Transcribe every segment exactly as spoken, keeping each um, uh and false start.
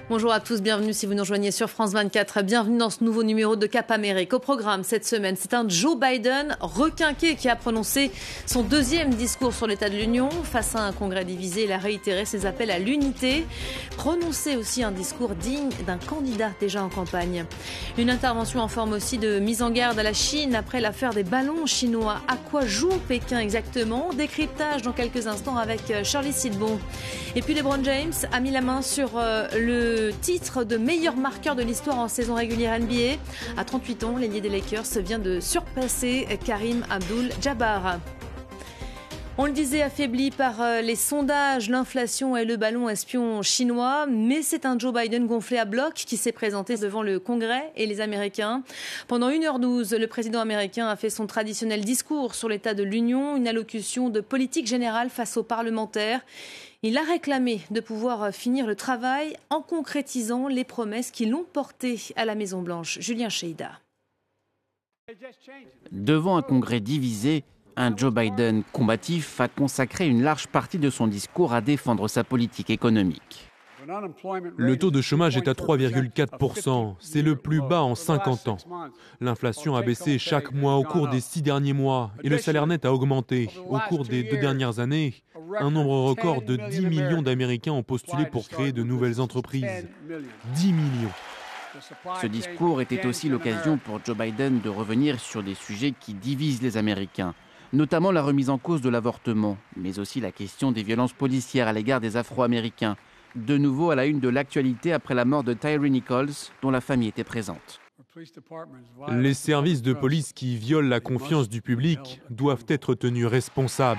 Bonjour à tous, bienvenue si vous nous rejoignez sur France vingt-quatre. Bienvenue dans ce nouveau numéro de Cap Amérique. Au programme cette semaine, c'est un Joe Biden requinqué qui a prononcé son deuxième discours sur l'état de l'Union. Face à un congrès divisé, il a réitéré ses appels à l'unité. Prononcé aussi un discours digne d'un candidat déjà en campagne. Une intervention en forme aussi de mise en garde à la Chine après l'affaire des ballons chinois. À quoi joue Pékin exactement? Décryptage dans quelques instants avec Shirley Sidbon. Et puis LeBron James a mis la main sur euh, le Le titre de meilleur marqueur de l'histoire en saison régulière N B A. À trente-huit ans, l'ailier des Lakers vient de surpasser Karim Abdul-Jabbar. On le disait, affaibli par les sondages, l'inflation et le ballon espion chinois, mais c'est un Joe Biden gonflé à bloc qui s'est présenté devant le Congrès et les Américains. Pendant une heure douze, le président américain a fait son traditionnel discours sur l'état de l'Union, une allocution de politique générale face aux parlementaires. Il a réclamé de pouvoir finir le travail en concrétisant les promesses qui l'ont porté à la Maison-Blanche. Julien Cheida. Devant un congrès divisé, un Joe Biden combatif a consacré une large partie de son discours à défendre sa politique économique. Le taux de chômage est à trois virgule quatre pour cent. C'est le plus bas en cinquante ans. L'inflation a baissé chaque mois au cours des six derniers mois et le salaire net a augmenté. Au cours des deux dernières années, un nombre record de dix millions d'Américains ont postulé pour créer de nouvelles entreprises. dix millions. Ce discours était aussi l'occasion pour Joe Biden de revenir sur des sujets qui divisent les Américains, notamment la remise en cause de l'avortement, mais aussi la question des violences policières à l'égard des Afro-Américains. De nouveau à la une de l'actualité après la mort de Tyre Nichols, dont la famille était présente. Les services de police qui violent la confiance du public doivent être tenus responsables.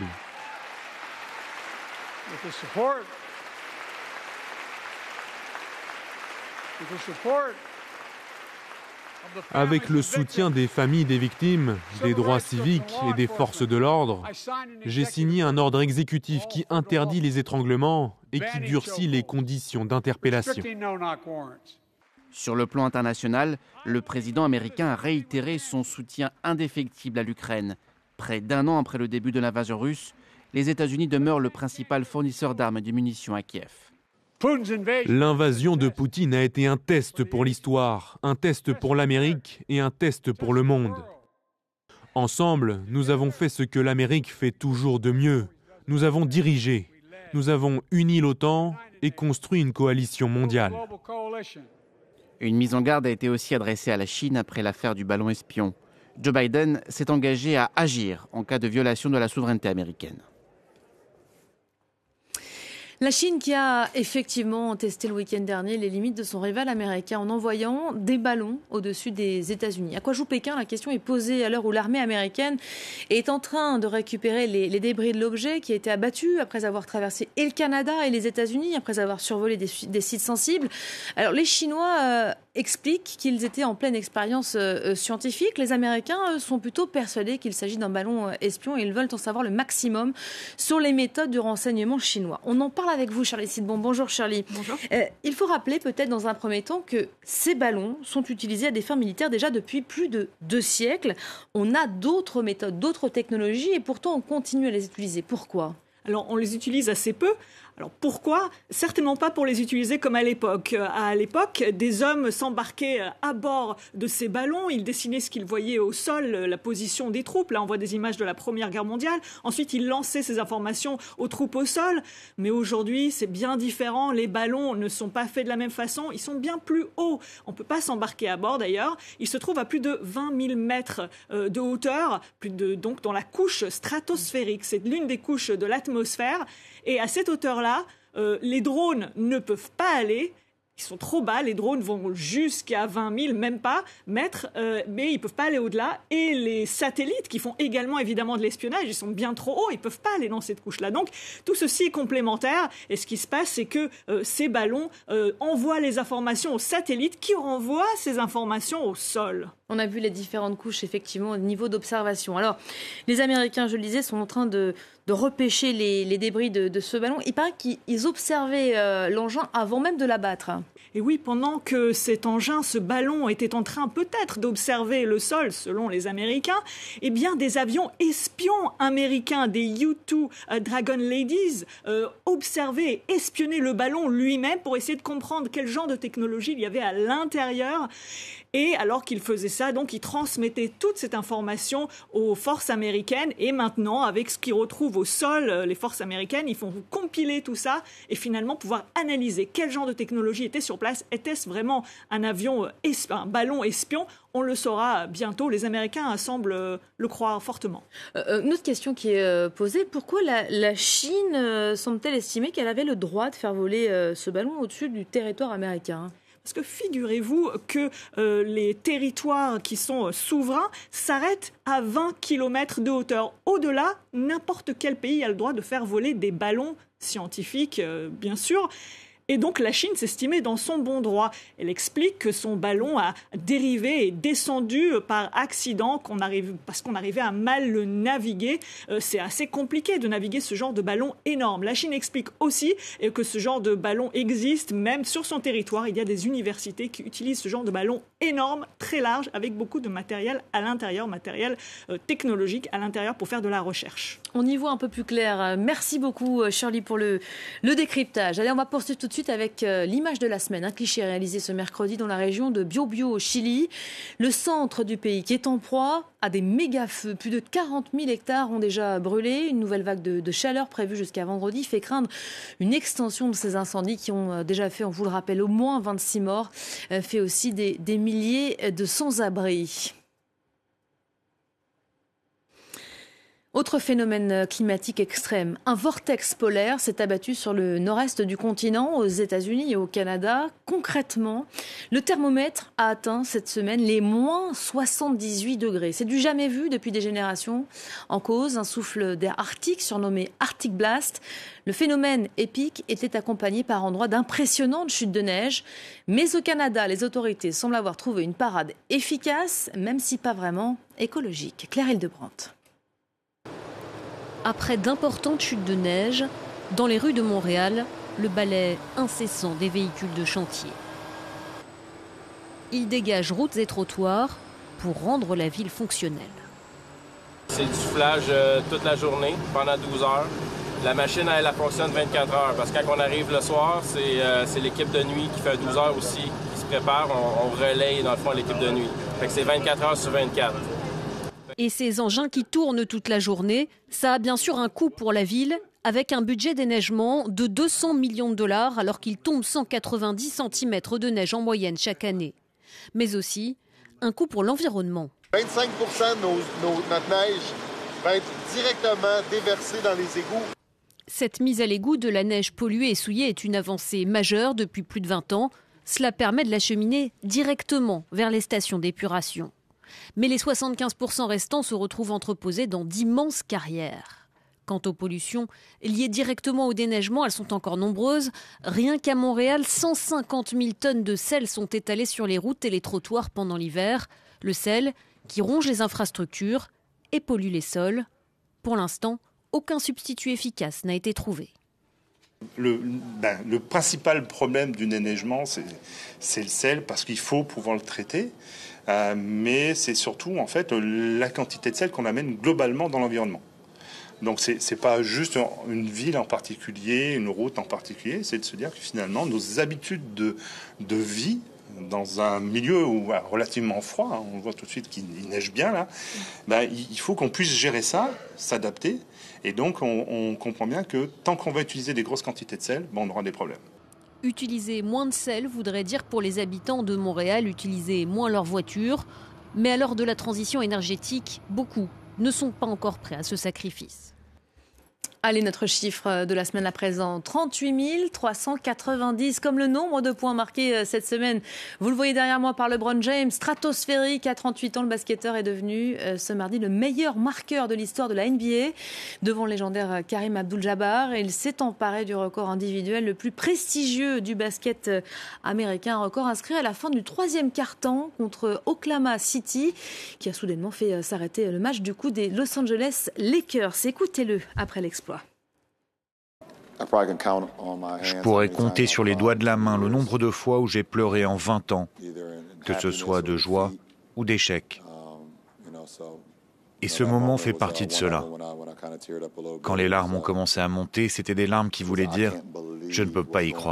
Avec le soutien des familles des victimes, des droits civiques et des forces de l'ordre, j'ai signé un ordre exécutif qui interdit les étranglements et qui durcit les conditions d'interpellation. Sur le plan international, le président américain a réitéré son soutien indéfectible à l'Ukraine. Près d'un an après le début de l'invasion russe, les États-Unis demeurent le principal fournisseur d'armes et de munitions à Kiev. L'invasion de Poutine a été un test pour l'histoire, un test pour l'Amérique et un test pour le monde. Ensemble, nous avons fait ce que l'Amérique fait toujours de mieux. Nous avons dirigé, nous avons uni l'OTAN et construit une coalition mondiale. Une mise en garde a été aussi adressée à la Chine après l'affaire du ballon espion. Joe Biden s'est engagé à agir en cas de violation de la souveraineté américaine. La Chine qui a effectivement testé le week-end dernier les limites de son rival américain en envoyant des ballons au-dessus des États-Unis. À quoi joue Pékin? La question est posée à l'heure où l'armée américaine est en train de récupérer les, les débris de l'objet qui a été abattu après avoir traversé et le Canada et les États-Unis, après avoir survolé des, des sites sensibles. Alors les Chinois euh, expliquent qu'ils étaient en pleine expérience euh, scientifique. Les Américains euh, sont plutôt persuadés qu'il s'agit d'un ballon euh, espion et ils veulent en savoir le maximum sur les méthodes du renseignement chinois. On en parle avec vous, Shirley Sidbon. Bonjour Shirley. Bonjour. Euh, il faut rappeler peut-être dans un premier temps que ces ballons sont utilisés à des fins militaires déjà depuis plus de deux siècles. On a d'autres méthodes, d'autres technologies et pourtant on continue à les utiliser. Pourquoi ? Alors on les utilise assez peu. Alors pourquoi ? Certainement pas pour les utiliser comme à l'époque. À l'époque, des hommes s'embarquaient à bord de ces ballons, ils dessinaient ce qu'ils voyaient au sol, la position des troupes. Là, on voit des images de la Première Guerre mondiale. Ensuite, ils lançaient ces informations aux troupes au sol. Mais aujourd'hui, c'est bien différent. Les ballons ne sont pas faits de la même façon. Ils sont bien plus hauts. On ne peut pas s'embarquer à bord d'ailleurs. Ils se trouvent à plus de vingt mille mètres de hauteur, plus de, donc dans la couche stratosphérique. C'est l'une des couches de l'atmosphère. Et à cette hauteur-là, euh, les drones ne peuvent pas aller. Ils sont trop bas, les drones vont jusqu'à vingt mille, même pas, mètres, euh, mais ils ne peuvent pas aller au-delà. Et les satellites, qui font également évidemment de l'espionnage, ils sont bien trop hauts, ils ne peuvent pas aller dans cette couche-là. Donc tout ceci est complémentaire. Et ce qui se passe, c'est que euh, ces ballons euh, envoient les informations aux satellites qui renvoient ces informations au sol. On a vu les différentes couches, effectivement, au niveau d'observation. Alors, les Américains, je le disais, sont en train de, de repêcher les, les débris de, de ce ballon. Il paraît qu'ils observaient euh, l'engin avant même de l'abattre. Et oui, pendant que cet engin, ce ballon, était en train peut-être d'observer le sol, selon les Américains, eh bien, des avions espions américains, des U deux uh, Dragon Ladies, euh, observaient et espionnaient le ballon lui-même pour essayer de comprendre quel genre de technologie il y avait à l'intérieur. Et alors qu'ils faisaient ça, donc ils transmettaient toute cette information aux forces américaines. Et maintenant, avec ce qu'ils retrouvent au sol, les forces américaines, ils font compiler tout ça et finalement pouvoir analyser quel genre de technologie était sur place. Était-ce vraiment un avion, un ballon espion ? On le saura bientôt. Les Américains semblent le croire fortement. Euh, une autre question qui est posée, pourquoi la, la Chine euh, semble-t-elle estimer qu'elle avait le droit de faire voler euh, ce ballon au-dessus du territoire américain ? Parce que figurez-vous que euh, les territoires qui sont souverains s'arrêtent à vingt kilomètres de hauteur. Au-delà, n'importe quel pays a le droit de faire voler des ballons scientifiques, euh, bien sûr. Et donc la Chine s'estimait dans son bon droit. Elle explique que son ballon a dérivé et descendu par accident qu'on arrive, parce qu'on arrivait à mal le naviguer. Euh, c'est assez compliqué de naviguer ce genre de ballon énorme. La Chine explique aussi que ce genre de ballon existe même sur son territoire. Il y a des universités qui utilisent ce genre de ballon énorme, très large, avec beaucoup de matériel à l'intérieur, matériel euh, technologique à l'intérieur pour faire de la recherche. On y voit un peu plus clair. Merci beaucoup Shirley pour le, le décryptage. Allez, on va poursuivre tout de suite avec l'image de la semaine. Un cliché réalisé ce mercredi dans la région de Biobío au Chili. Le centre du pays qui est en proie à des méga-feux. Plus de quarante mille hectares ont déjà brûlé. Une nouvelle vague de, de chaleur prévue jusqu'à vendredi fait craindre une extension de ces incendies qui ont déjà fait, on vous le rappelle, au moins vingt-six morts, fait aussi des, des milliers de sans-abri. Autre phénomène climatique extrême, un vortex polaire s'est abattu sur le nord-est du continent, aux États-Unis et au Canada. Concrètement, le thermomètre a atteint cette semaine les moins soixante-dix-huit degrés. C'est du jamais vu depuis des générations. En cause, un souffle d'air arctique surnommé Arctic Blast. Le phénomène épique était accompagné par endroits d'impressionnantes chutes de neige. Mais au Canada, les autorités semblent avoir trouvé une parade efficace, même si pas vraiment écologique. Claire Hildebrandt. Après d'importantes chutes de neige, dans les rues de Montréal, le balai incessant des véhicules de chantier. Il dégage routes et trottoirs pour rendre la ville fonctionnelle. C'est du soufflage euh, toute la journée, pendant douze heures. La machine, elle, elle fonctionne vingt-quatre heures, parce que quand on arrive le soir, c'est, euh, c'est l'équipe de nuit qui fait douze heures aussi, qui se prépare, on, on relaye dans le fond l'équipe de nuit. Fait que c'est vingt-quatre heures sur vingt-quatre. Et ces engins qui tournent toute la journée, ça a bien sûr un coût pour la ville, avec un budget déneigement de deux cents millions de dollars, alors qu'il tombe cent quatre-vingt-dix centimètres de neige en moyenne chaque année. Mais aussi un coût pour l'environnement. vingt-cinq pour cent de nos, nos, notre neige va être directement déversée dans les égouts. Cette mise à l'égout de la neige polluée et souillée est une avancée majeure depuis plus de vingt ans. Cela permet de l'acheminer directement vers les stations d'épuration. Mais les soixante-quinze pour cent restants se retrouvent entreposés dans d'immenses carrières. Quant aux pollutions liées directement au déneigement, elles sont encore nombreuses. Rien qu'à Montréal, cent cinquante mille tonnes de sel sont étalées sur les routes et les trottoirs pendant l'hiver. Le sel qui ronge les infrastructures et pollue les sols. Pour l'instant, aucun substitut efficace n'a été trouvé. Le, ben, le principal problème du déneigement, c'est, c'est le sel, parce qu'il faut pouvoir le traiter. Euh, mais c'est surtout, en fait, la quantité de sel qu'on amène globalement dans l'environnement. Donc, c'est, c'est pas juste une ville en particulier, une route en particulier, c'est de se dire que finalement, nos habitudes de, de vie, dans un milieu où, relativement froid, hein, on voit tout de suite qu'il neige bien là, ben, il faut qu'on puisse gérer ça, s'adapter. Et donc, on, on comprend bien que tant qu'on va utiliser des grosses quantités de sel, ben, on aura des problèmes. Utiliser moins de sel voudrait dire pour les habitants de Montréal utiliser moins leur voiture. Mais à l'heure de la transition énergétique, beaucoup ne sont pas encore prêts à ce sacrifice. Allez, notre chiffre de la semaine à présent, trente-huit mille trois cent quatre-vingt-dix, comme le nombre de points marqués cette semaine. Vous le voyez derrière moi par LeBron James, stratosphérique. À trente-huit ans, le basketteur est devenu ce mardi le meilleur marqueur de l'histoire de la N B A, devant le légendaire Karim Abdul-Jabbar. Et il s'est emparé du record individuel le plus prestigieux du basket américain, un record inscrit à la fin du troisième quart-temps contre Oklahoma City, qui a soudainement fait s'arrêter le match du coup des Los Angeles Lakers. Écoutez-le après l'exploit. Je pourrais compter sur les doigts de la main le nombre de fois où j'ai pleuré en vingt ans, que ce soit de joie ou d'échec. Et ce moment fait partie de cela. Quand les larmes ont commencé à monter, c'était des larmes qui voulaient dire « je ne peux pas y croire ».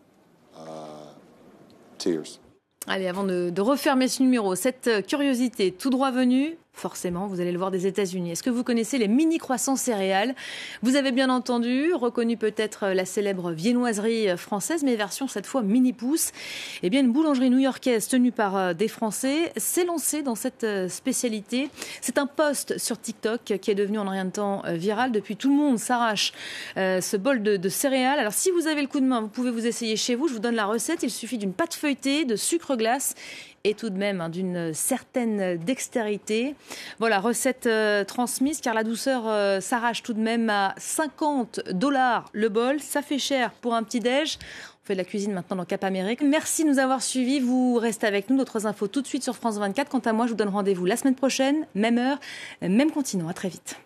Allez, avant de, de refermer ce numéro, cette curiosité tout droit venue, forcément, vous allez le voir des États-Unis. Est-ce que vous connaissez les mini croissants céréales ? Vous avez bien entendu, reconnu peut-être la célèbre viennoiserie française, mais version cette fois mini pouce. Eh bien, une boulangerie new-yorkaise tenue par des Français s'est lancée dans cette spécialité. C'est un post sur TikTok qui est devenu en rien de temps viral. Depuis, tout le monde s'arrache euh, ce bol de, de céréales. Alors, si vous avez le coup de main, vous pouvez vous essayer chez vous. Je vous donne la recette. Il suffit d'une pâte feuilletée, de sucre glace et tout de même hein, d'une certaine dextérité. Voilà, recette euh, transmise car la douceur euh, s'arrache tout de même à cinquante dollars le bol. Ça fait cher pour un petit déj. On fait de la cuisine maintenant dans Cap Amérique. Merci de nous avoir suivis. Vous restez avec nous. D'autres infos tout de suite sur France vingt-quatre. Quant à moi, je vous donne rendez-vous la semaine prochaine, même heure, même continent. À très vite.